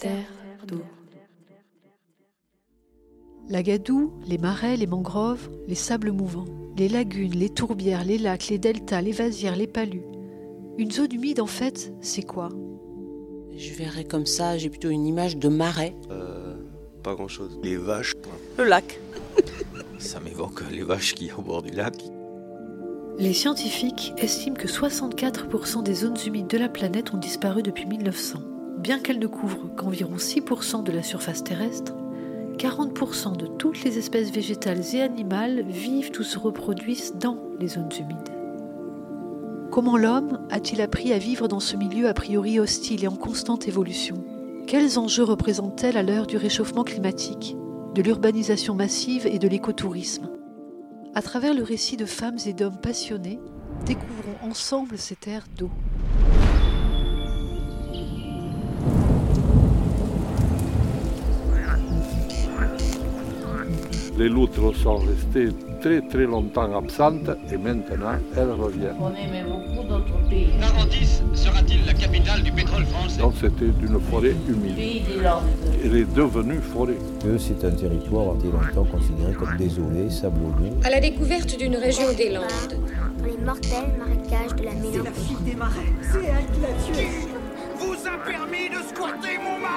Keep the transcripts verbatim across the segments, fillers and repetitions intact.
terre d'eau. La gadoue, les marais, les mangroves, les sables mouvants, les lagunes, les tourbières, les lacs, les deltas, les vasières, les palus. Une zone humide, en fait, c'est quoi ? Je verrais comme ça, j'ai plutôt une image de marais. Euh, pas grand-chose. Les vaches. Le lac. Ça m'évoque les vaches qui sont au bord du lac. Les scientifiques estiment que soixante-quatre pour cent des zones humides de la planète ont disparu depuis mille neuf cents. Bien qu'elles ne couvrent qu'environ six pour cent de la surface terrestre, quarante pour cent de toutes les espèces végétales et animales vivent ou se reproduisent dans les zones humides. Comment l'homme a-t-il appris à vivre dans ce milieu a priori hostile et en constante évolution ? Quels enjeux représentent-elles à l'heure du réchauffement climatique, de l'urbanisation massive et de l'écotourisme ? À travers le récit de femmes et d'hommes passionnés, découvrons ensemble ces terres d'eau. Les loutres sont restées très très longtemps absentes et maintenant elles reviennent. On aimait beaucoup notre pays. Narandis sera-t-il la capitale du pétrole français ? Donc c'était une forêt humide. Pays des Landes. Elle est devenue forêt. Que c'est un territoire qui a été longtemps considéré comme désolé, sablonneux. À la découverte d'une région des Landes. Dans les mortels marécages de la Mélancolie. C'est la fille des marais. C'est elle qui l'a tué. Vous a permis de squatter mon mari ?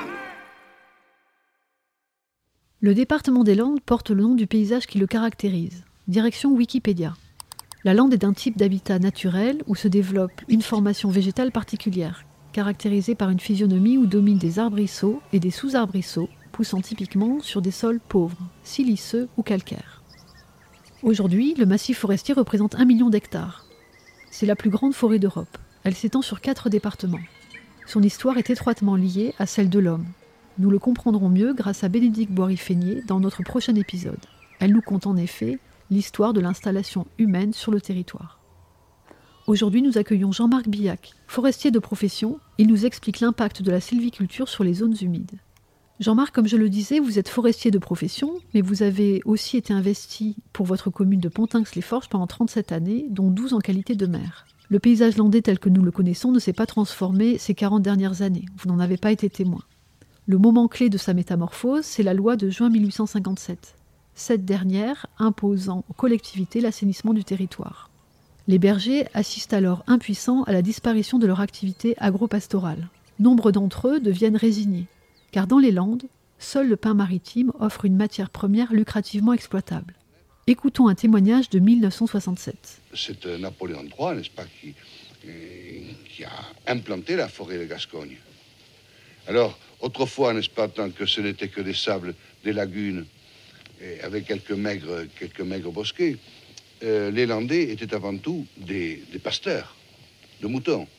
Le département des Landes porte le nom du paysage qui le caractérise. Direction Wikipédia. La lande est d'un type d'habitat naturel où se développe une formation végétale particulière, caractérisée par une physionomie où dominent des arbrisseaux et des sous-arbrisseaux, poussant typiquement sur des sols pauvres, siliceux ou calcaires. Aujourd'hui, le massif forestier représente un million d'hectares. C'est la plus grande forêt d'Europe. Elle s'étend sur quatre départements. Son histoire est étroitement liée à celle de l'homme. Nous le comprendrons mieux grâce à Bénédicte Boiry-Feigné dans notre prochain épisode. Elle nous conte en effet l'histoire de l'installation humaine sur le territoire. Aujourd'hui, nous accueillons Jean-Marc Billac, forestier de profession. Il nous explique l'impact de la sylviculture sur les zones humides. Jean-Marc, comme je le disais, vous êtes forestier de profession, mais vous avez aussi été investi pour votre commune de Pontinx-les-Forges pendant trente-sept années, dont douze en qualité de maire. Le paysage landais tel que nous le connaissons ne s'est pas transformé ces quarante dernières années. Vous n'en avez pas été témoin. Le moment clé de sa métamorphose, c'est la loi de juin mille huit cent cinquante-sept. Cette dernière imposant aux collectivités l'assainissement du territoire. Les bergers assistent alors impuissants à la disparition de leur activité agro-pastorale. Nombre d'entre eux deviennent résignés, car dans les Landes, seul le pain maritime offre une matière première lucrativement exploitable. Écoutons un témoignage de mille neuf cent soixante-sept. C'est Napoléon trois, n'est-ce pas, qui, qui a implanté la forêt de Gascogne. Alors, autrefois, n'est-ce pas, tant que ce n'était que des sables, des lagunes, et avec quelques maigres, quelques maigres bosquets, euh, les Landais étaient avant tout des, des pasteurs de moutons.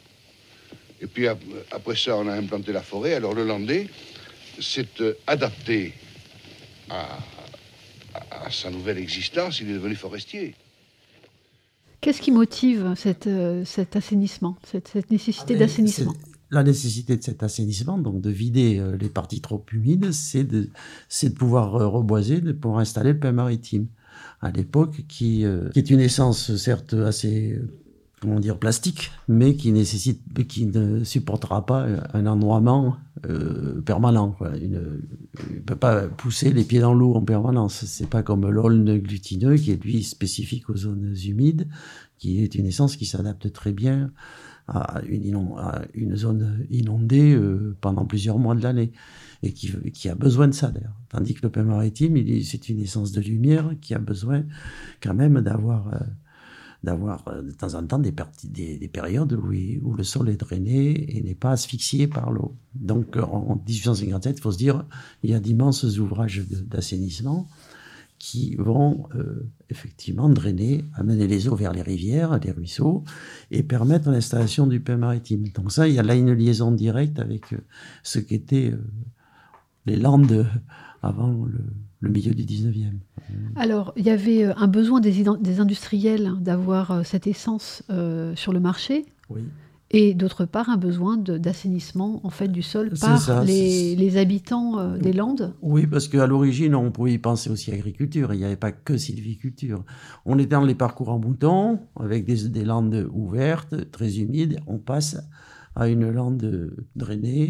Et puis ap- après ça, on a implanté la forêt. Alors le Landais s'est euh, adapté à, à, à sa nouvelle existence. Il est devenu forestier. Qu'est-ce qui motive cette, euh, cet assainissement, cette, cette nécessité ah, d'assainissement ? La nécessité de cet assainissement, donc de vider euh, les parties trop humides, c'est de, c'est de pouvoir euh, reboiser, de pouvoir installer le pain maritime. À l'époque, qui, euh, qui est une essence certes assez, euh, comment dire, plastique, mais qui nécessite, qui ne supportera pas un endroiement euh, permanent, quoi. Une, il ne peut pas pousser les pieds dans l'eau en permanence. C'est pas comme l'aulne glutineux, qui est lui spécifique aux zones humides, qui est une essence qui s'adapte très bien à une, inond- à une zone inondée euh, pendant plusieurs mois de l'année, et qui, qui a besoin de ça d'ailleurs. Tandis que le pain maritime, il, c'est une essence de lumière qui a besoin quand même d'avoir, euh, d'avoir euh, de temps en temps des, parties, des, des périodes où, il, où le sol est drainé et n'est pas asphyxié par l'eau. Donc en dix-huit cent cinquante-sept, il faut se dire, il y a d'immenses ouvrages de, d'assainissement qui vont euh, effectivement drainer, amener les eaux vers les rivières, les ruisseaux, et permettre l'installation du pain maritime. Donc ça, il y a là une liaison directe avec euh, ce qu'étaient euh, les Landes avant le, le milieu du dix-neuvième. Alors, il y avait un besoin des, des industriels d'avoir cette essence euh, sur le marché. Oui. Et d'autre part, un besoin de, d'assainissement en fait, du sol par ça, les, les habitants euh, des Landes. Oui, parce qu'à l'origine, on pouvait y penser aussi à l'agriculture. Il n'y avait pas que sylviculture. On est dans les parcours en mouton, avec des, des landes ouvertes, très humides. On passe à une lande drainée,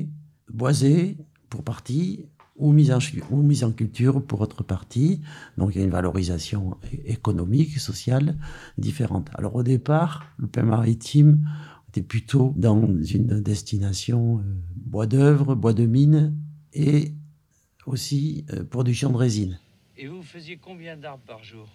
boisée pour partie, ou mise, en, ou mise en culture pour autre partie. Donc il y a une valorisation économique, sociale différente. Alors au départ, le pain maritime était plutôt dans une destination euh, bois d'œuvre, bois de mine et aussi euh, production de résine. Et vous faisiez combien d'arbres par jour?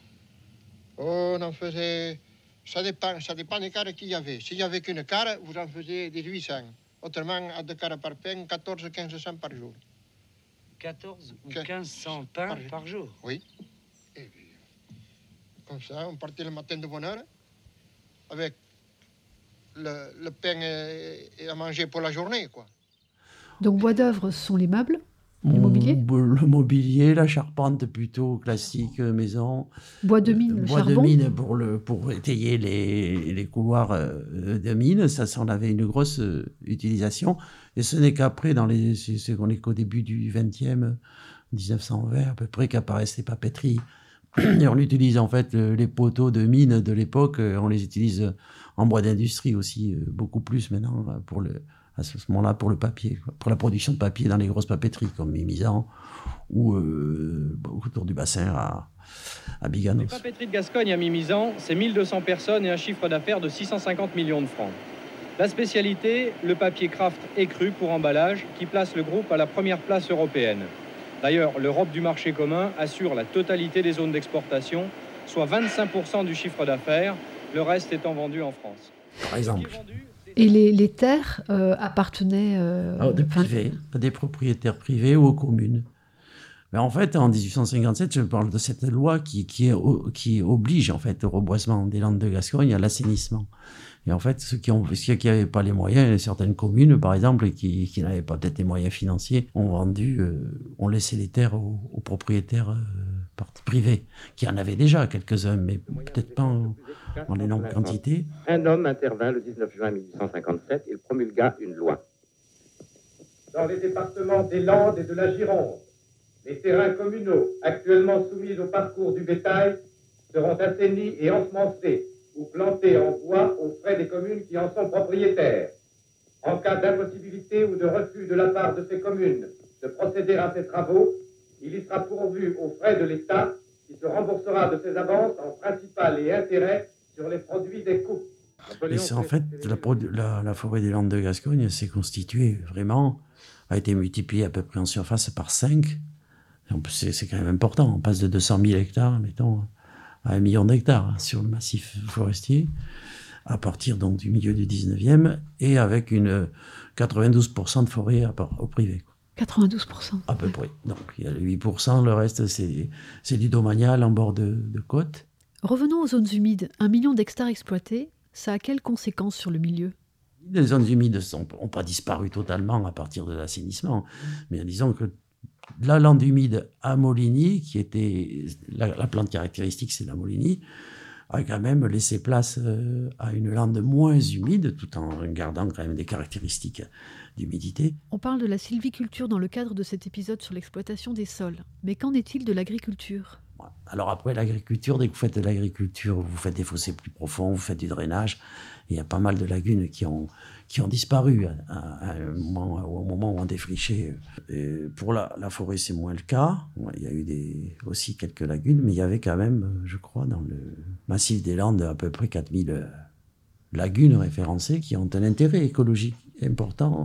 Oh, on en faisait... Ça dépend, ça dépend des carres qu'il y avait. S'il n'y avait qu'une carre, vous en faisiez dix-huit cents. Autrement, à deux carres par pain, quatorze à quinze cents par jour. quatorze ou quinze cents pains par, par jour? Oui. Et puis, comme ça, on partait le matin de bonne heure, avec le, le pain et, et à manger pour la journée, quoi. Donc, bois d'œuvre, ce sont les meubles, le mobilier? Le mobilier, la charpente plutôt classique, maison. Bois de mine, le bois charbon? Bois de mine pour, le, pour étayer les, les couloirs de mine, ça, ça en avait une grosse utilisation. Et ce n'est qu'après, dans les, c'est qu'on est qu'au début du vingtième, dix-neuf cent vingt à peu près, qu'apparaissent les papeteries. Et on utilise en fait les poteaux de mine de l'époque, on les utilise en bois d'industrie aussi, beaucoup plus maintenant pour le... à ce moment-là pour le papier, pour la production de papier dans les grosses papeteries comme Mimizan ou euh, autour du bassin à, à Biganos. Les papeteries de Gascogne à Mimizan, c'est mille deux cents personnes et un chiffre d'affaires de six cent cinquante millions de francs. La spécialité, le papier kraft écru pour emballage qui place le groupe à la première place européenne. D'ailleurs, l'Europe du marché commun assure la totalité des zones d'exportation, soit vingt-cinq pour cent du chiffre d'affaires, le reste étant vendu en France. Par exemple. Et les, les terres euh, appartenaient euh, à des privés, à des propriétaires privés ou aux communes. Mais en fait, en dix-huit cent cinquante-sept, je parle de cette loi qui, qui, est, qui oblige en fait au reboisement des Landes de Gascogne, à l'assainissement. Et en fait, ceux qui n'avaient pas les moyens, certaines communes, par exemple, qui, qui n'avaient pas peut-être les moyens financiers, ont vendu, euh, ont laissé les terres aux, aux propriétaires euh, privés, qui en avaient déjà quelques-uns, mais peut-être pas en, en énorme quantité. Un homme intervint le dix-neuf juin mille huit cent cinquante-sept, il promulgua une loi. Dans les départements des Landes et de la Gironde, les terrains communaux actuellement soumis au parcours du bétail seront assainis et ensemencés ou plantés en bois aux frais des communes qui en sont propriétaires. En cas d'impossibilité ou de refus de la part de ces communes de procéder à ces travaux, il y sera pourvu aux frais de l'État qui se remboursera de ses avances en principal et intérêt sur les produits des coupes. Et c'est en fait, la, la, la forêt des Landes de Gascogne s'est constituée vraiment, a été multipliée à peu près en surface par cinq. C'est, c'est quand même important, on passe de deux cent mille hectares, mettons, à un million d'hectares sur le massif forestier, à partir donc du milieu du dix-neuvième, et avec une quatre-vingt-douze pour cent de forêt à part, au privé. quatre-vingt-douze pour cent. À peu près. Donc il y a le huit pour cent, le reste c'est, c'est du domanial en bord de, de côte. Revenons aux zones humides. Un million d'hectares exploités, ça a quelles conséquences sur le milieu? Les zones humides n'ont pas disparu totalement à partir de l'assainissement, mais disons que la lande humide à Moligny, qui était la, la plante caractéristique, c'est la Moligny, a quand même laissé place euh, à une lande moins humide, tout en gardant quand même des caractéristiques d'humidité. On parle de la sylviculture dans le cadre de cet épisode sur l'exploitation des sols. Mais qu'en est-il de l'agriculture ? Alors après, l'agriculture, dès que vous faites de l'agriculture, vous faites des fossés plus profonds, vous faites du drainage. Il y a pas mal de lagunes qui ont, qui ont disparu à, à un moment, au moment où on défrichait. Et pour la, la forêt, c'est moins le cas. Il y a eu des, aussi quelques lagunes, mais il y avait quand même, je crois, dans le massif des Landes, à peu près quatre mille lagunes référencées qui ont un intérêt écologique important,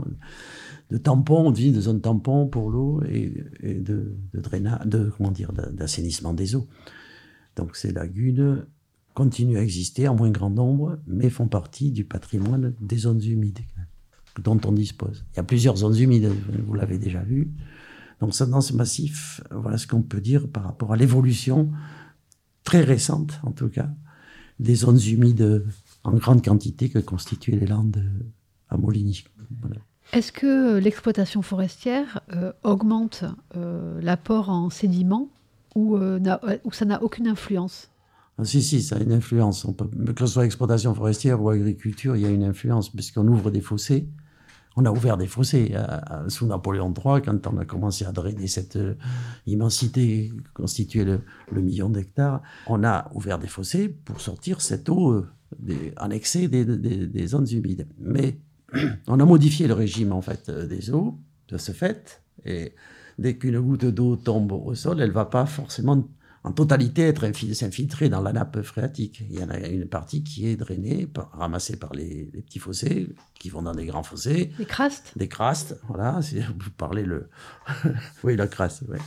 de tampons, de zones tampons pour l'eau et, et de, de drainage, de, comment dire, d'assainissement des eaux. Donc ces lagunes continuent à exister en moins grand nombre, mais font partie du patrimoine des zones humides dont on dispose. Il y a plusieurs zones humides, vous l'avez déjà vu. Donc ça, dans ce massif, voilà ce qu'on peut dire par rapport à l'évolution très récente, en tout cas, des zones humides en grande quantité que constituaient les Landes à Moligny. Voilà. Est-ce que l'exploitation forestière euh, augmente euh, l'apport en sédiments ou, euh, ou ça n'a aucune influence ? Ah, si, si, ça a une influence. On peut, que ce soit exploitation forestière ou agriculture, il y a une influence, puisqu'on ouvre des fossés. On a ouvert des fossés à, à, sous Napoléon trois, quand on a commencé à drainer cette euh, immensité qui constituait le, le million d'hectares. On a ouvert des fossés pour sortir cette eau euh, des, en excès des, des, des zones humides. Mais on a modifié le régime en fait, des eaux de ce fait. Et dès qu'une goutte d'eau tombe au sol, elle ne va pas forcément en totalité être infil- s'infiltrer dans la nappe phréatique. Il y en a une partie qui est drainée, par, ramassée par les, les petits fossés, qui vont dans des grands fossés. Des crastes. Des crastes, voilà, si vous parlez le... oui, la craste, oui.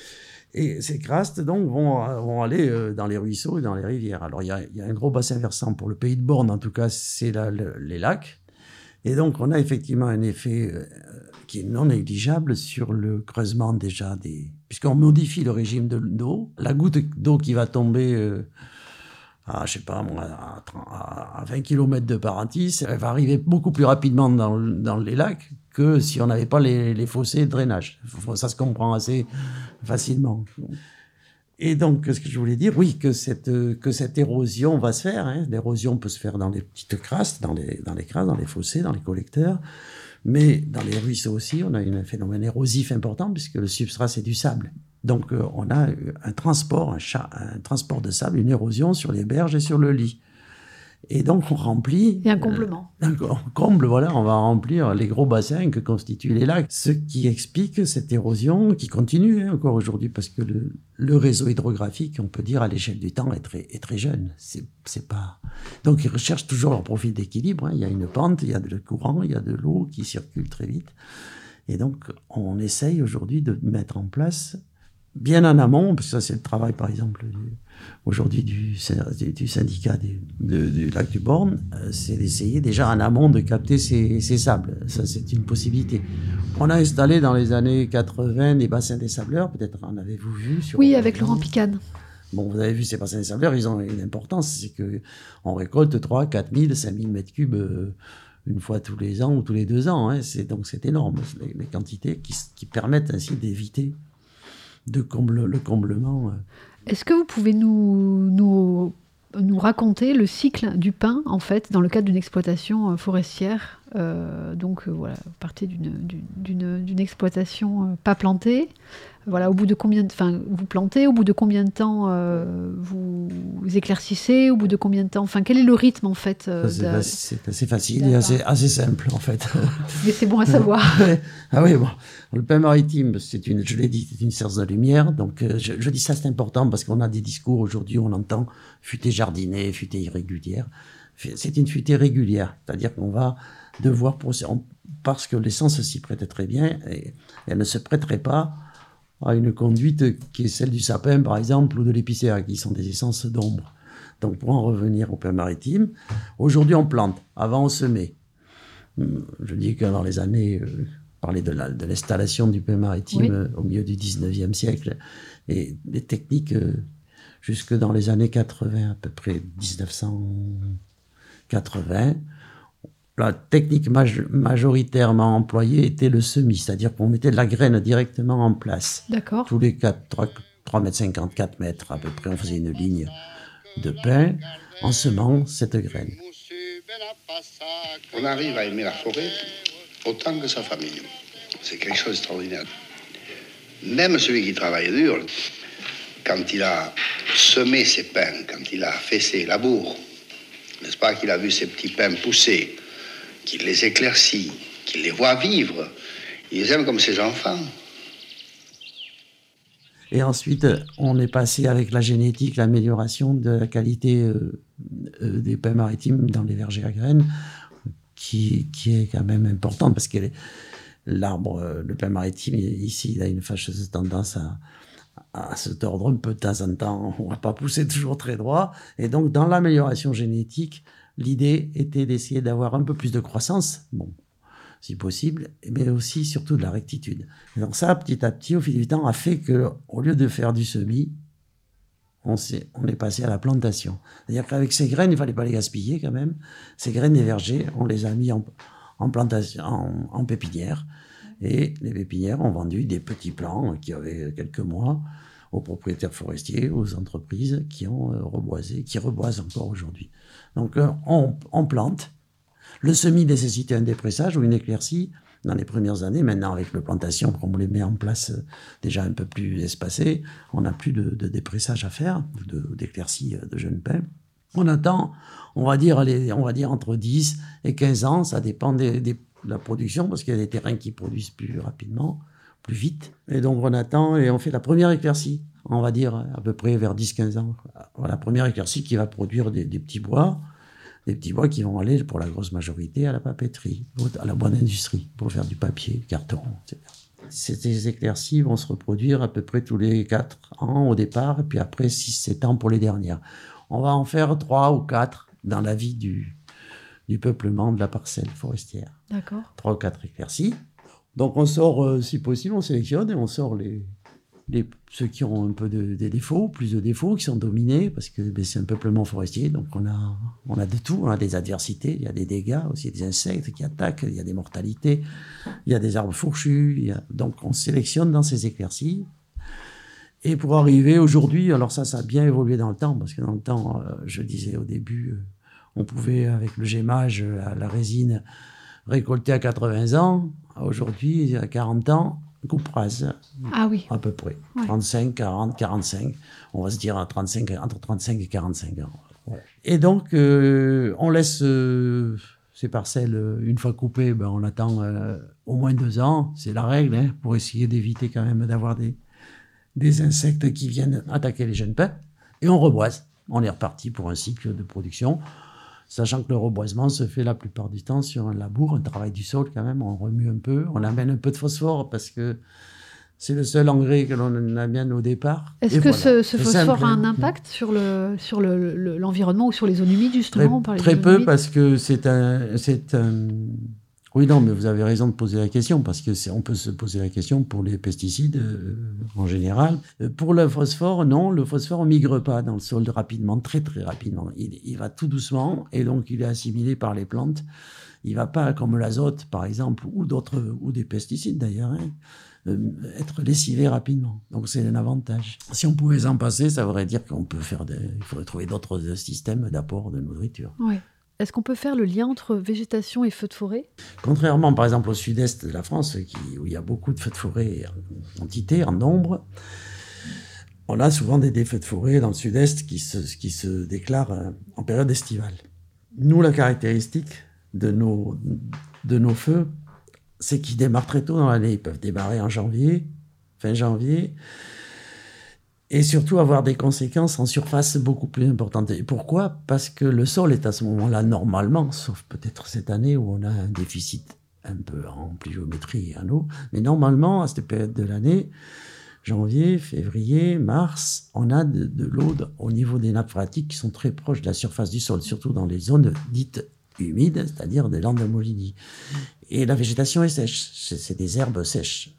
Et ces crastes, donc, vont, vont aller euh, dans les ruisseaux et dans les rivières. Alors, il y a, il y a un gros bassin versant pour le pays de Borne, en tout cas, c'est la, le, les lacs. Et donc, on a effectivement un effet euh, qui est non négligeable sur le creusement déjà des... Puisqu'on modifie le régime de l'eau, la goutte d'eau qui va tomber euh, à, je sais pas, à, à, à vingt kilomètres de Parentis, elle va arriver beaucoup plus rapidement dans, dans les lacs que si on n'avait pas les, les fossés de drainage. Ça se comprend assez facilement. Et donc, ce que je voulais dire, oui, que cette, que cette érosion va se faire. Hein. L'érosion peut se faire dans les petites crastes, dans les, dans les crastes, dans les fossés, dans les collecteurs. Mais dans les ruisseaux aussi, on a un phénomène érosif important puisque le substrat, c'est du sable. Donc, euh, on a un transport, un, cha- un transport de sable, une érosion sur les berges et sur le lit. Et donc, on remplit... Et un comblement. Euh, on comble, voilà, on va remplir les gros bassins que constituent les lacs. Ce qui explique cette érosion qui continue hein, encore aujourd'hui, parce que le, le réseau hydrographique, on peut dire, à l'échelle du temps, est très, est très jeune. C'est, c'est pas... Donc, ils recherchent toujours leur profil d'équilibre. Hein. Il y a une pente, il y a de courant, il y a de l'eau qui circule très vite. Et donc, on essaye aujourd'hui de mettre en place... bien en amont, parce que ça c'est le travail par exemple du, aujourd'hui du, du syndicat du, de, du lac du Borne, euh, c'est d'essayer déjà en amont de capter ces, ces sables. Ça c'est une possibilité. On a installé dans les années quatre-vingts des bassins des sableurs, peut-être en avez-vous vu sur Oui, avec Laurent Picane. Bon, vous avez vu ces bassins des sableurs, ils ont une importance, c'est qu'on récolte trois, quatre mille, cinq mille mètres cubes euh, une fois tous les ans ou tous les deux ans. Hein. C'est, donc c'est énorme, les, les quantités qui, qui permettent ainsi d'éviter de comble, le comblement. Est-ce que vous pouvez nous, nous, nous raconter le cycle du pin, en fait, dans le cadre d'une exploitation forestière euh, Donc, euh, voilà, vous partez d'une, d'une, d'une exploitation euh, pas plantée. Voilà, au bout de combien de, enfin, vous plantez, au bout de combien de temps euh, vous, vous éclaircissez, au bout de combien de temps, enfin, quel est le rythme, en fait euh, c'est, de, c'est assez facile et assez, assez simple, en fait. Mais c'est bon à savoir. Ah oui, bon. Le pin maritime, c'est une, je l'ai dit, c'est une source de lumière. Donc, euh, je, je dis ça, c'est important parce qu'on a des discours aujourd'hui, on entend futée jardinée, futée irrégulière. C'est une futée régulière, c'est-à-dire qu'on va devoir, on, parce que l'essence s'y prête très bien, et elle ne se prêterait pas à une conduite qui est celle du sapin, par exemple, ou de l'épicéa, qui sont des essences d'ombre. Donc, pour en revenir au pin maritime, aujourd'hui, on plante. Avant, on semait. Je dis que dans les années... Euh, parler de, la, de l'installation du pin maritime oui. euh, au milieu du dix-neuvième siècle, et des techniques euh, jusque dans les années quatre-vingts, à peu près dix-neuf cent quatre-vingts, la technique maj- majoritairement employée était le semis, c'est-à-dire qu'on mettait de la graine directement en place. D'accord. Tous les trois mètres cinquante, quatre mètres à peu près, on faisait une ligne de pin en semant cette graine. On arrive à aimer la forêt autant que sa famille. C'est quelque chose d'extraordinaire. Même celui qui travaille dur, quand il a semé ses pins, quand il a fait ses labours, n'est-ce pas, qu'il a vu ses petits pins pousser, qu'il les éclaircit, qu'il les voit vivre, il les aime comme ses enfants. Et ensuite, on est passé avec la génétique, l'amélioration de la qualité euh, euh, des pins maritimes dans les vergers à graines, Qui, qui est quand même importante parce que l'arbre, le pin maritime, ici, il a une fâcheuse tendance à, à se tordre un peu de temps en temps. On ne va pas pousser toujours très droit. Et donc, dans l'amélioration génétique, l'idée était d'essayer d'avoir un peu plus de croissance, bon, si possible, mais aussi, surtout, de la rectitude. Et donc ça, petit à petit, au fil du temps, a fait qu'au lieu de faire du semis, On, on est passé à la plantation. C'est-à-dire qu'avec ces graines, il ne fallait pas les gaspiller quand même. Ces graines des vergers, on les a mis en, en plantation, en, en pépinière. Et les pépinières ont vendu des petits plants qui avaient quelques mois aux propriétaires forestiers, aux entreprises qui ont euh, reboisé, qui reboisent encore aujourd'hui. Donc euh, on, on plante. Le semis nécessitait un dépressage ou une éclaircie dans les premières années. Maintenant, avec la plantation, comme on les met en place déjà un peu plus espacées, on n'a plus de, de dépressage à faire, de, d'éclaircie de jeunes pins. On attend, on va dire, les, on va dire entre dix et quinze ans, ça dépend des, des, la production, parce qu'il y a des terrains qui produisent plus rapidement, plus vite. Et donc on attend et on fait la première éclaircie, on va dire à peu près vers dix quinze ans. Voilà, la première éclaircie qui va produire des, des petits bois, des petits bois qui vont aller pour la grosse majorité à la papeterie, à la boîte d'industrie, pour faire du papier, du carton, et cetera. Ces éclaircies vont se reproduire à peu près tous les quatre ans au départ, et puis après six sept ans pour les dernières. On va en faire trois ou quatre dans la vie du, du peuplement de la parcelle forestière. D'accord. Trois ou quatre éclaircies. Donc on sort, euh, si possible, on sélectionne et on sort les, les, ceux qui ont un peu de, des défauts, plus de défauts, qui sont dominés, parce que ben, c'est un peuplement forestier, donc on a, on a de tout, on a des adversités, il y a des dégâts, aussi des insectes qui attaquent, il y a des mortalités, il y a des arbres fourchus, il y a... donc on sélectionne dans ces éclaircies. Et pour arriver aujourd'hui, alors ça, ça a bien évolué dans le temps, parce que dans le temps, euh, je disais au début, euh, on pouvait, avec le gémage, la, la résine, récolter à quatre-vingts ans. Aujourd'hui, à quarante ans, coupe rase. Ah oui. À peu près. Ouais. trente-cinq, quarante, quarante-cinq. On va se dire à trente-cinq, entre trente-cinq et quarante-cinq ans. Ouais. Et donc, euh, on laisse euh, ces parcelles, euh, une fois coupées, ben, on attend euh, au moins deux ans. C'est la règle, hein, pour essayer d'éviter quand même d'avoir des, des insectes qui viennent attaquer les jeunes pins. Et on reboise. On est reparti pour un cycle de production. Sachant que le reboisement se fait la plupart du temps sur un labour, un travail du sol quand même, on remue un peu, on amène un peu de phosphore parce que c'est le seul engrais que l'on amène au départ. Est-ce Et que voilà. ce, ce C'est phosphore simple. a un impact sur, le, sur le, le, l'environnement ou sur les zones humides justement? Très, on très des peu zones humides. parce que c'est un, c'est un... Oui, non, mais vous avez raison de poser la question, parce que c'est, on peut se poser la question pour les pesticides euh, en général. Euh, pour le phosphore, non, le phosphore ne migre pas dans le sol rapidement, très très rapidement. Il, il va tout doucement et donc il est assimilé par les plantes. Il ne va pas comme l'azote, par exemple, ou d'autres, ou des pesticides d'ailleurs, hein, euh, être lessivé rapidement. Donc c'est un avantage. Si on pouvait s'en passer, ça voudrait dire qu'on peut faire des, il faudrait trouver d'autres systèmes d'apport de nourriture. Ouais. Est-ce qu'on peut faire le lien entre végétation et feux de forêt? Contrairement, par exemple, au sud-est de la France, qui, où il y a beaucoup de feux de forêt en quantité, en nombre, on a souvent des, des feux de forêt dans le sud-est qui se, qui se déclarent en période estivale. Nous, la caractéristique de nos, de nos feux, c'est qu'ils démarrent très tôt dans l'année. Ils peuvent démarrer en janvier, fin janvier, et surtout avoir des conséquences en surface beaucoup plus importantes. Et pourquoi? Parce que le sol est à ce moment-là, normalement, sauf peut-être cette année où on a un déficit un peu en pluviométrie et en eau, mais normalement, à cette période de l'année, janvier, février, mars, on a de, de l'eau au niveau des nappes phréatiques qui sont très proches de la surface du sol, surtout dans les zones dites humides, c'est-à-dire des landes de Molinies. Et la végétation est sèche, c'est, c'est des herbes sèches.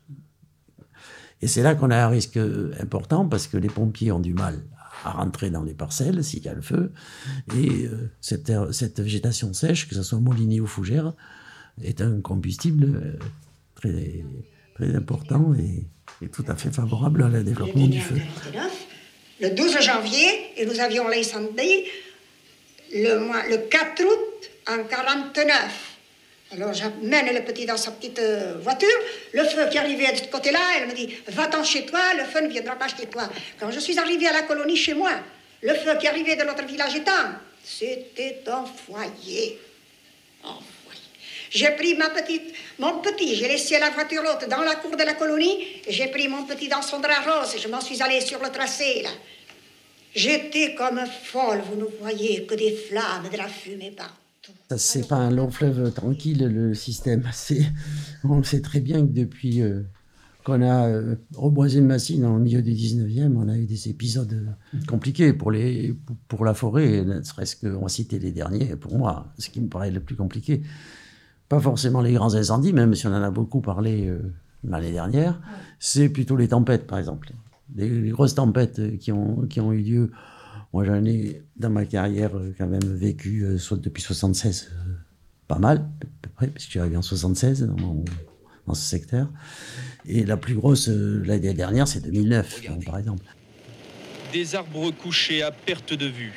Et c'est là qu'on a un risque important parce que les pompiers ont du mal à rentrer dans les parcelles s'il y a le feu. Et euh, cette, cette végétation sèche, que ce soit Molinier ou fougère, est un combustible euh, très, très important et, et tout à fait favorable au développement du feu. Le douze janvier, et nous avions l'incendie le, mois, le quatre août en quarante-neuf. Alors j'amène le petit dans sa petite euh, voiture, le feu qui arrivait de ce côté-là, elle me dit « Va-t'en chez toi, le feu ne viendra pas chez toi ». Quand je suis arrivée à la colonie chez moi, le feu qui arrivait de notre village étant, c'était un foyer. Un foyer. J'ai pris ma petite, mon petit, j'ai laissé la voiture l'autre dans la cour de la colonie, et j'ai pris mon petit dans son drap rose, et je m'en suis allée sur le tracé, là. J'étais comme folle, vous ne voyez que des flammes, de la fumée partout. C'est pas un long fleuve tranquille, le système. C'est, on sait très bien que depuis euh, qu'on a euh, reboisé le Massy dans le milieu du dix-neuvième, on a eu des épisodes euh, compliqués pour, les, pour, pour la forêt, ne serait-ce qu'on va citer les derniers, pour moi, ce qui me paraît le plus compliqué. Pas forcément les grands incendies, même si on en a beaucoup parlé euh, l'année dernière, ouais. C'est plutôt les tempêtes, par exemple. Les, les grosses tempêtes qui ont, qui ont eu lieu. Moi, j'en ai, dans ma carrière, quand même vécu, euh, soit depuis soixante-seize, euh, pas mal, à peu près, puisque je suis arrivé en soixante-seize dans, mon, dans ce secteur. Et la plus grosse, euh, l'année dernière, c'est deux mille neuf, donc, par exemple. Des arbres couchés à perte de vue.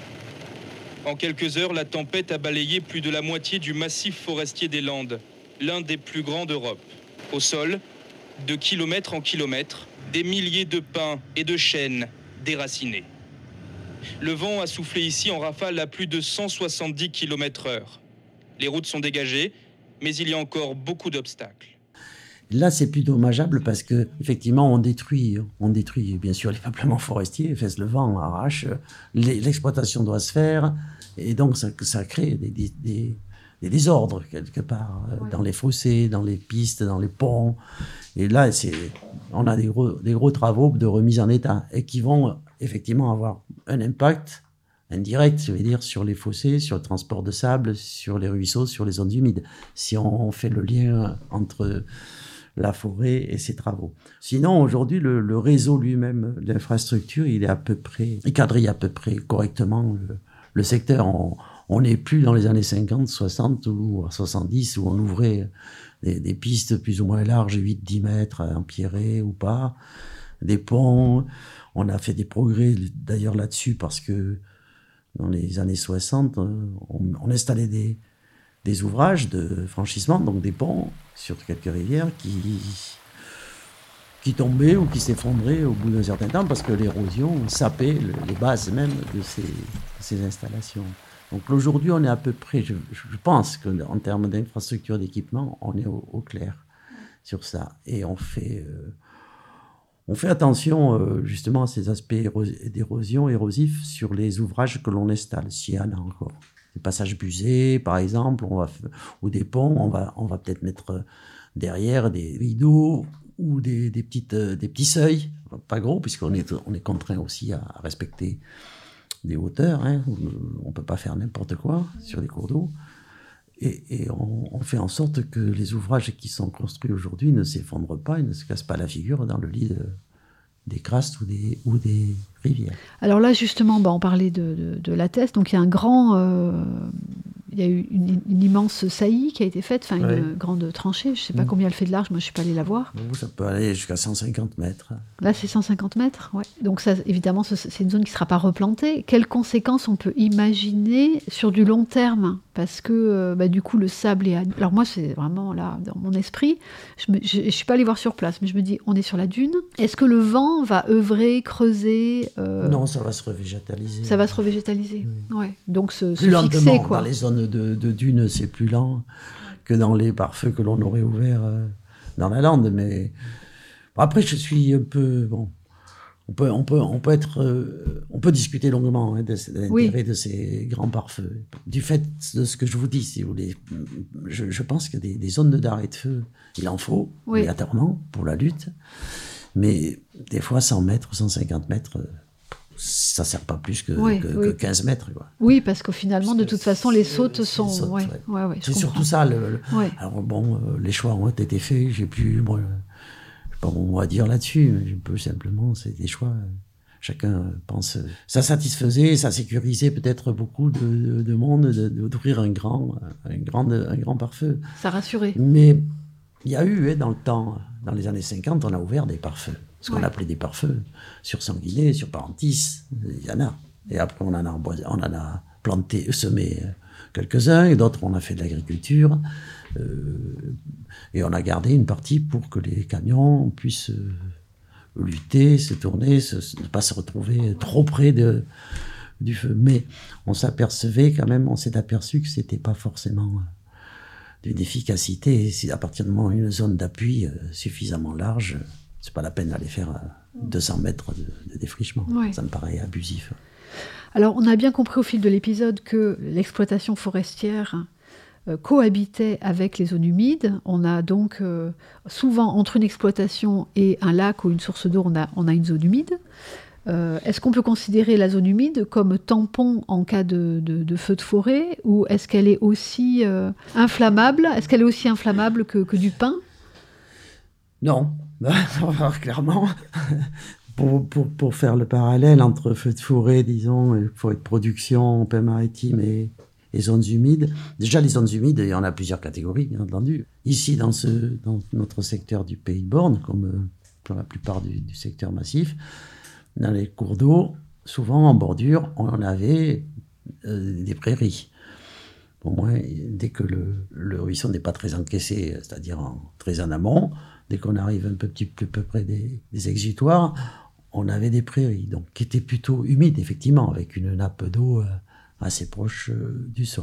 En quelques heures, la tempête a balayé plus de la moitié du massif forestier des Landes, l'un des plus grands d'Europe. Au sol, de kilomètre en kilomètre, des milliers de pins et de chênes déracinés. Le vent a soufflé ici en rafale à plus de cent soixante-dix kilomètres heure. Les routes sont dégagées, mais il y a encore beaucoup d'obstacles. Là, c'est plus dommageable parce que effectivement, on détruit, on détruit bien sûr les peuplements forestiers, fesse le vent, arrache. L'exploitation doit se faire, et donc ça, ça crée des, des, des, des désordres quelque part ouais. dans les fossés, dans les pistes, dans les ponts. Et là, c'est, on a des gros, des gros travaux de remise en état et qui vont effectivement avoir un impact indirect, je veux dire, sur les fossés, sur le transport de sable, sur les ruisseaux, sur les zones humides. Si on fait le lien entre la forêt et ses travaux. Sinon, aujourd'hui, le, le réseau lui-même d'infrastructures, il est à peu près, il quadrille à peu près correctement le, le secteur. On n'est plus dans les années cinquante, soixante ou soixante-dix où on ouvrait des, des pistes plus ou moins larges, huit à dix mètres, empierrées ou pas, des ponts. On a fait des progrès d'ailleurs là-dessus parce que dans les années soixante, on, on installait des, des ouvrages de franchissement, donc des ponts sur quelques rivières qui, qui tombaient ou qui s'effondraient au bout d'un certain temps parce que l'érosion sapait le, les bases même de ces, ces installations. Donc aujourd'hui, on est à peu près, je, je pense qu'en termes d'infrastructure, d'équipement, on est au, au clair sur ça. Et on fait, euh, on fait attention euh, justement à ces aspects éros- d'érosion érosif sur les ouvrages que l'on installe, s'il y en a encore. Des passages busés, par exemple, on va f- ou des ponts, on va, on va peut-être mettre derrière des rideaux ou des, des, petites, euh, des petits seuils, pas gros, puisqu'on est, on est contraint aussi à respecter des hauteurs, hein. On ne peut pas faire n'importe quoi sur les cours d'eau. Et, et on, on fait en sorte que les ouvrages qui sont construits aujourd'hui ne s'effondrent pas et ne se cassent pas la figure dans le lit de, des crastes ou des, ou des rivières. Alors là, justement, bah, on parlait de, de, de la Teste. Donc il y a un grand... Euh, il y a eu une, une immense saillie qui a été faite, enfin ouais. une grande tranchée. Je ne sais pas mmh. combien elle fait de large, moi je ne suis pas allée la voir. Ça peut aller jusqu'à cent cinquante mètres. Là, c'est cent cinquante mètres, ouais. Donc ça, évidemment, c'est une zone qui ne sera pas replantée. Quelles conséquences on peut imaginer sur du long terme ? Parce que bah, du coup, le sable est... Alors moi, c'est vraiment là, dans mon esprit, je ne suis pas allée voir sur place, mais je me dis, on est sur la dune. Est-ce que le vent va œuvrer, creuser euh... Non, ça va se revégétaliser. Ça va se revégétaliser, oui. Ouais. Donc se, Plus se fixer, quoi. Dans les zones de, de dunes, c'est plus lent que dans les pare-feux que l'on aurait ouverts euh, dans la lande. Mais après, je suis un peu... Bon, on peut, on peut, on peut, être, euh, on peut discuter longuement hein, de, de l'intérêt oui. de ces grands pare-feux. Du fait de ce que je vous dis, si vous voulez, je, je pense que des, des zones d'arrêt de feu, il en faut, oui. obligatoirement, pour la lutte. Mais des fois, cent mètres, cent cinquante mètres... ça ne sert pas plus que, oui, que, oui. que quinze mètres. Quoi. Oui, parce qu'au finalement, de toute façon, les sautes sont... Sautes, ouais, ouais. Ouais, ouais, c'est surtout ça. Le, le... Ouais. Alors bon, euh, les choix ont été faits, j'ai plus... Moi, je sais pas mon mot à dire là-dessus, je peux simplement, c'est des choix... Chacun pense... Ça satisfaisait, ça sécurisait peut-être beaucoup de, de, de monde d'ouvrir un grand, un, grand, un grand pare-feu. Ça rassurait. Mais il y a eu, hein, dans le temps, dans les années cinquante, on a ouvert des pare-feux. Ce qu'on ouais. appelait des pare-feux, sur Sanguinet, sur Parentis, il y en a. Et après, on en a, on en a planté, semé quelques-uns, et d'autres, on a fait de l'agriculture. Euh, et on a gardé une partie pour que les camions puissent euh, lutter, se tourner, se, ne pas se retrouver trop près de, du feu. Mais on s'apercevait quand même, on s'est aperçu que c'était pas forcément d'une efficacité. Si à partir du moment où une zone d'appui euh, suffisamment large, c'est pas la peine d'aller faire deux cents mètres de, de défrichement. Ouais. Ça me paraît abusif. Alors, on a bien compris au fil de l'épisode que l'exploitation forestière euh, cohabitait avec les zones humides. On a donc euh, souvent, entre une exploitation et un lac ou une source d'eau, on a, on a une zone humide. Euh, est-ce qu'on peut considérer la zone humide comme tampon en cas de, de, de feu de forêt, ou est-ce qu'elle est aussi euh, inflammable ? Est-ce qu'elle est aussi inflammable que, que du pin ? Non. Clairement, pour, pour, pour faire le parallèle entre feu de forêt, disons, et forêt de production, paix maritime et, et zones humides. Déjà, les zones humides, il y en a plusieurs catégories, bien entendu. Ici, dans, ce, dans notre secteur du Pays de Borne, comme pour la plupart du, du secteur massif, dans les cours d'eau, souvent en bordure, on avait euh, des prairies. Au moins, dès que le, le ruisseau n'est pas très encaissé, c'est-à-dire en, très en amont, dès qu'on arrive un petit peu plus près des, des exutoires, on avait des prairies, donc qui étaient plutôt humides, effectivement, avec une nappe d'eau euh, assez proche euh, du sol,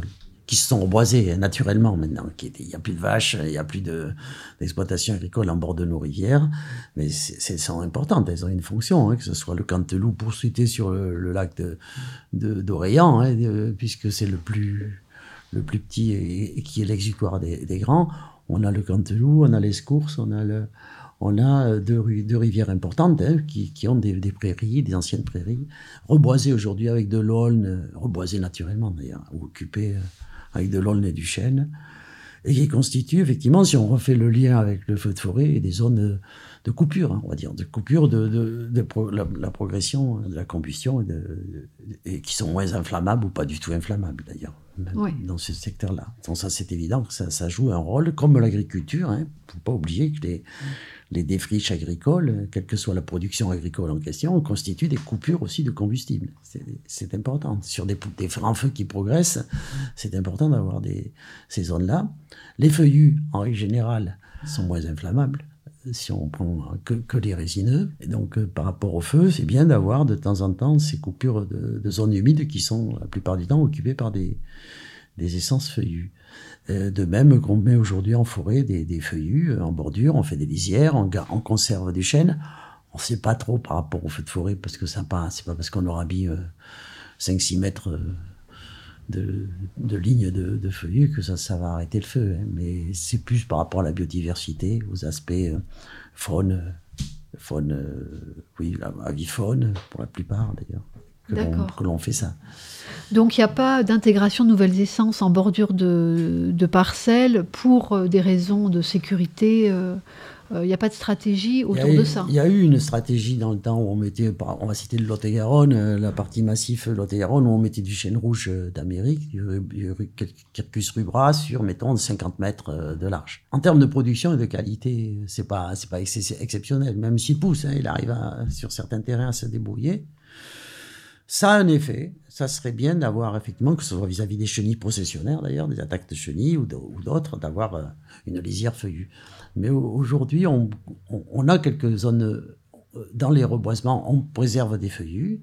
qui se sont reboisées naturellement maintenant. Il n'y a plus de vaches, il n'y a plus de, d'exploitation agricole en bord de nos rivières, mais elles sont importantes, elles ont une fonction, hein, que ce soit le Canteloup poursuité sur le, le lac de, de, d'Orléans, hein, de, puisque c'est le plus, le plus petit et, et qui est l'exutoire des, des grands. On a le Canteloup, on a l'Escourse, on a le... On a deux, deux rivières importantes hein, qui, qui ont des, des prairies, des anciennes prairies, reboisées aujourd'hui avec de l'aulne, reboisées naturellement d'ailleurs, ou occupées avec de l'aulne et du chêne, et qui constituent effectivement, si on refait le lien avec le feu de forêt, des zones de coupure, hein, on va dire, de coupure de, de, de pro, la, la progression de la combustion, et, de, et qui sont moins inflammables ou pas du tout inflammables d'ailleurs, même oui. dans ce secteur-là. Donc ça, c'est évident que ça, ça joue un rôle, comme l'agriculture. Il hein, ne faut pas oublier que les, les défriches agricoles, quelle que soit la production agricole en question, constituent des coupures aussi de combustible. C'est, c'est important. Sur des, des grands feux qui progressent, c'est important d'avoir des, ces zones-là. Les feuillus, en règle générale, sont moins inflammables si on prend que, que les résineux. Et donc, euh, par rapport au feu, c'est bien d'avoir de temps en temps ces coupures de, de zones humides qui sont la plupart du temps occupées par des, des essences feuillues. Euh, de même qu'on met aujourd'hui en forêt des, des feuillus en bordure, on fait des lisières, on, on conserve des chênes. On ne sait pas trop par rapport au feu de forêt, parce que ça pas, c'est pas parce qu'on aura mis euh, cinq six mètres euh, de, de lignes de, de feuillus que ça, ça va arrêter le feu. Hein. Mais c'est plus par rapport à la biodiversité, aux aspects euh, faune, faune euh, oui, avifaune, pour la plupart d'ailleurs, que, l'on, que l'on fait ça. Donc il n'y a pas d'intégration de nouvelles essences en bordure de, de parcelles pour euh, des raisons de sécurité. Il euh, n'y euh, a pas de stratégie autour eu, de ça. Il y a eu une stratégie dans le temps où on mettait, on va citer le Lot-et-Garonne, la partie massif Lot-et-Garonne, où on mettait du chêne rouge d'Amérique, du, du Quercus rubra, sur, mettons, cinquante mètres de large. En termes de production et de qualité, c'est pas, c'est pas ex- exceptionnel. Même s'il pousse, hein, il arrive à, sur certains terrains à se débrouiller. Ça a un effet. Ça serait bien d'avoir, effectivement, que ce soit vis-à-vis des chenilles processionnaires, d'ailleurs, des attaques de chenilles ou, de, ou d'autres, d'avoir euh, une lisière feuillue. Mais aujourd'hui, on, on, on a quelques zones, euh, dans les reboisements, on préserve des feuillus.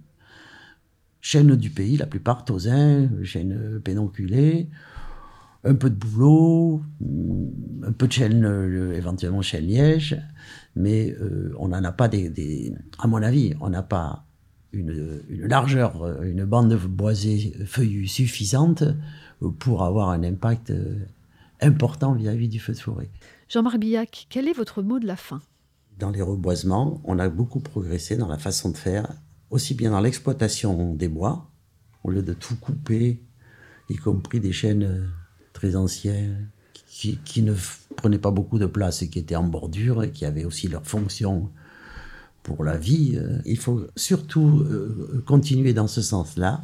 Chêne du pays, la plupart, tausin, chêne pédonculé, un peu de bouleau, un peu de chêne, euh, éventuellement chêne liège, mais euh, on n'en a pas des, des... À mon avis, on n'a pas Une, une largeur, une bande boisée feuillue suffisante pour avoir un impact important vis-à-vis du feu de forêt. Jean-Marc Billac, quel est votre mot de la fin ? Dans les reboisements, on a beaucoup progressé dans la façon de faire, aussi bien dans l'exploitation des bois, au lieu de tout couper, y compris des chênes très anciens qui, qui ne prenaient pas beaucoup de place et qui étaient en bordure et qui avaient aussi leur fonction pour la vie. Il faut surtout euh, continuer dans ce sens-là,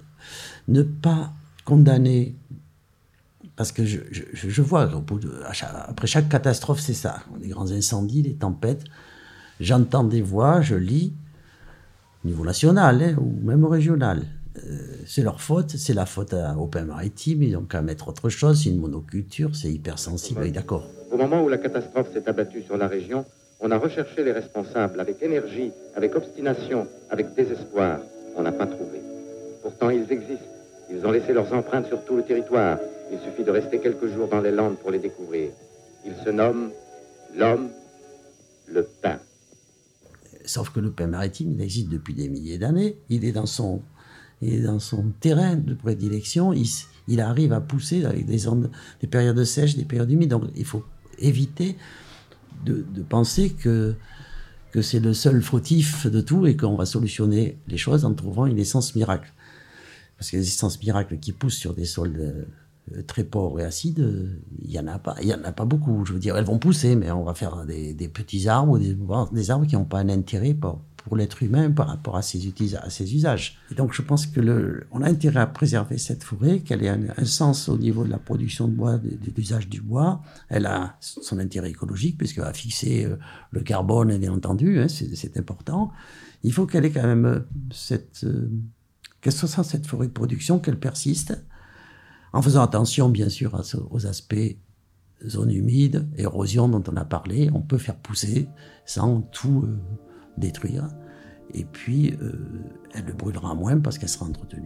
ne pas condamner, parce que je, je, je vois, au bout de, après chaque catastrophe, c'est ça, les grands incendies, les tempêtes, j'entends des voix, je lis, au niveau national hein, ou même régional, euh, c'est leur faute, c'est la faute à, aux pins maritimes, ils n'ont qu'à mettre autre chose, c'est une monoculture, c'est hypersensible, oui, d'accord. Au moment où la catastrophe s'est abattue sur la région, on a recherché les responsables avec énergie, avec obstination, avec désespoir. On n'a pas trouvé. Pourtant, ils existent. Ils ont laissé leurs empreintes sur tout le territoire. Il suffit de rester quelques jours dans les Landes pour les découvrir. Ils se nomment l'homme, le pin. Sauf que le pin maritime, il existe depuis des milliers d'années. Il est dans son, il est dans son terrain de prédilection. Il, il arrive à pousser avec des, ondes, des périodes sèches, des périodes humides. Donc, il faut éviter De, de penser que, que c'est le seul fautif de tout et qu'on va solutionner les choses en trouvant une essence miracle. Parce que les essences miracles qui poussent sur des sols euh, très pauvres et acides, il n'y en a pas, il y en a pas beaucoup. Je veux dire, elles vont pousser, mais on va faire des, des petits arbres, des, des arbres qui n'ont pas un intérêt pour, pour l'être humain par rapport à ses, utis, à ses usages. Et donc je pense que le, on a intérêt à préserver cette forêt, qu'elle ait un, un sens au niveau de la production de bois, de, de l'usage du bois. Elle a son intérêt écologique puisqu'elle va fixer euh, le carbone, bien entendu, hein, c'est, c'est important. Il faut qu'elle ait quand même cette, euh, qu'elle soit sans cette forêt de production, qu'elle persiste, en faisant attention bien sûr à, aux aspects zone humide, érosion dont on a parlé. On peut faire pousser sans tout euh, détruire, et puis euh, elle le brûlera moins parce qu'elle sera entretenue.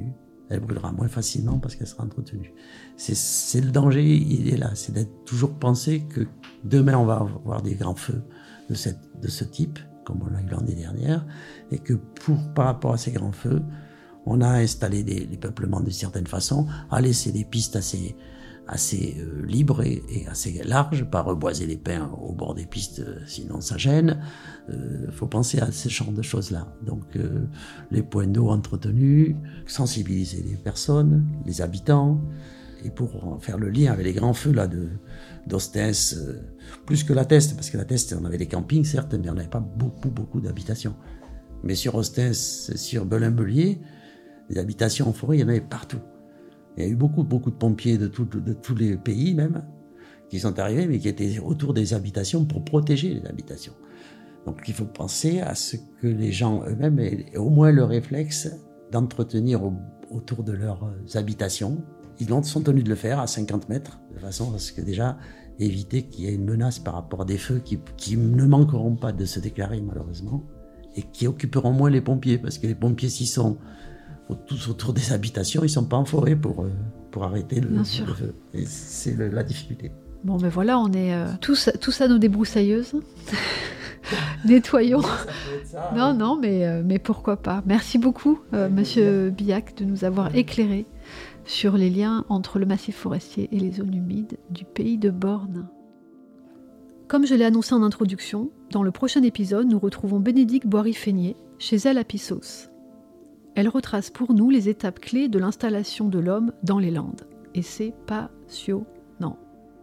Elle brûlera moins facilement parce qu'elle sera entretenue. C'est, c'est le danger, il est là. C'est d'être toujours pensé que demain, on va avoir des grands feux de, cette, de ce type, comme on l'a eu l'année dernière, et que pour, par rapport à ces grands feux, on a installé des, des peuplements de certaine façon, à laisser des pistes assez, assez euh, libres et, et assez larges, pas reboiser les pins au bord des pistes, euh, sinon ça gêne. Il euh, faut penser à ce genre de choses-là. Donc euh, les points d'eau entretenus, sensibiliser les personnes, les habitants, et pour faire le lien avec les grands feux là de d'Ostens, euh, plus que la Teste, parce que la Teste, on avait des campings certes, mais on n'avait pas beaucoup beaucoup d'habitations. Mais sur Ostens, sur Belin-Bellier, les habitations en forêt, il y en avait partout. Il y a eu beaucoup, beaucoup de pompiers de, tout, de tous les pays même, qui sont arrivés, mais qui étaient autour des habitations pour protéger les habitations. Donc il faut penser à ce que les gens eux-mêmes aient au moins le réflexe d'entretenir au, autour de leurs habitations. Ils sont tenus de le faire à cinquante mètres, de façon à ce que déjà éviter qu'il y ait une menace par rapport à des feux qui, qui ne manqueront pas de se déclarer malheureusement, et qui occuperont moins les pompiers, parce que les pompiers s'y sont tous autour des habitations, ils ne sont pas en forêt pour, euh, pour arrêter le, le feu. Et c'est le, la difficulté. Bon, ben voilà, on est euh, tous, tous à nos débroussailleuses. Nettoyons. Ça, non, oui. non, mais, euh, mais pourquoi pas. Merci beaucoup, euh, Monsieur Billac, de nous avoir éclairé sur les liens entre le massif forestier et les zones humides du pays de Born. Comme je l'ai annoncé en introduction, dans le prochain épisode, nous retrouvons Bénédicte Boiry-Feignier chez elle à Pissos. Elle retrace pour nous les étapes clés de l'installation de l'homme dans les Landes. Et c'est passionnant.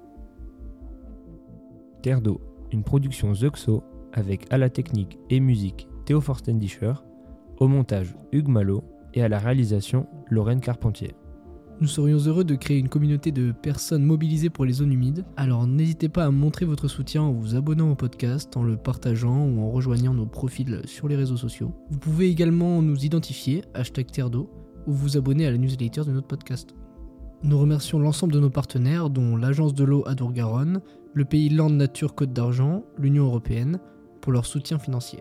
Terre d'eau, une production Zuxo, avec à la technique et musique Théo Forstendischer, au montage Hugues Malo et à la réalisation Lorraine Carpentier. Nous serions heureux de créer une communauté de personnes mobilisées pour les zones humides, alors n'hésitez pas à montrer votre soutien en vous abonnant au podcast, en le partageant ou en rejoignant nos profils sur les réseaux sociaux. Vous pouvez également nous identifier, hashtag Terre d'eau, ou vous abonner à la newsletter de notre podcast. Nous remercions l'ensemble de nos partenaires, dont l'Agence de l'eau Adour-Garonne, le Pays Landes Nature Côte d'Argent, l'Union Européenne, pour leur soutien financier.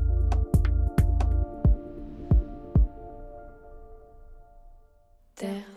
Terre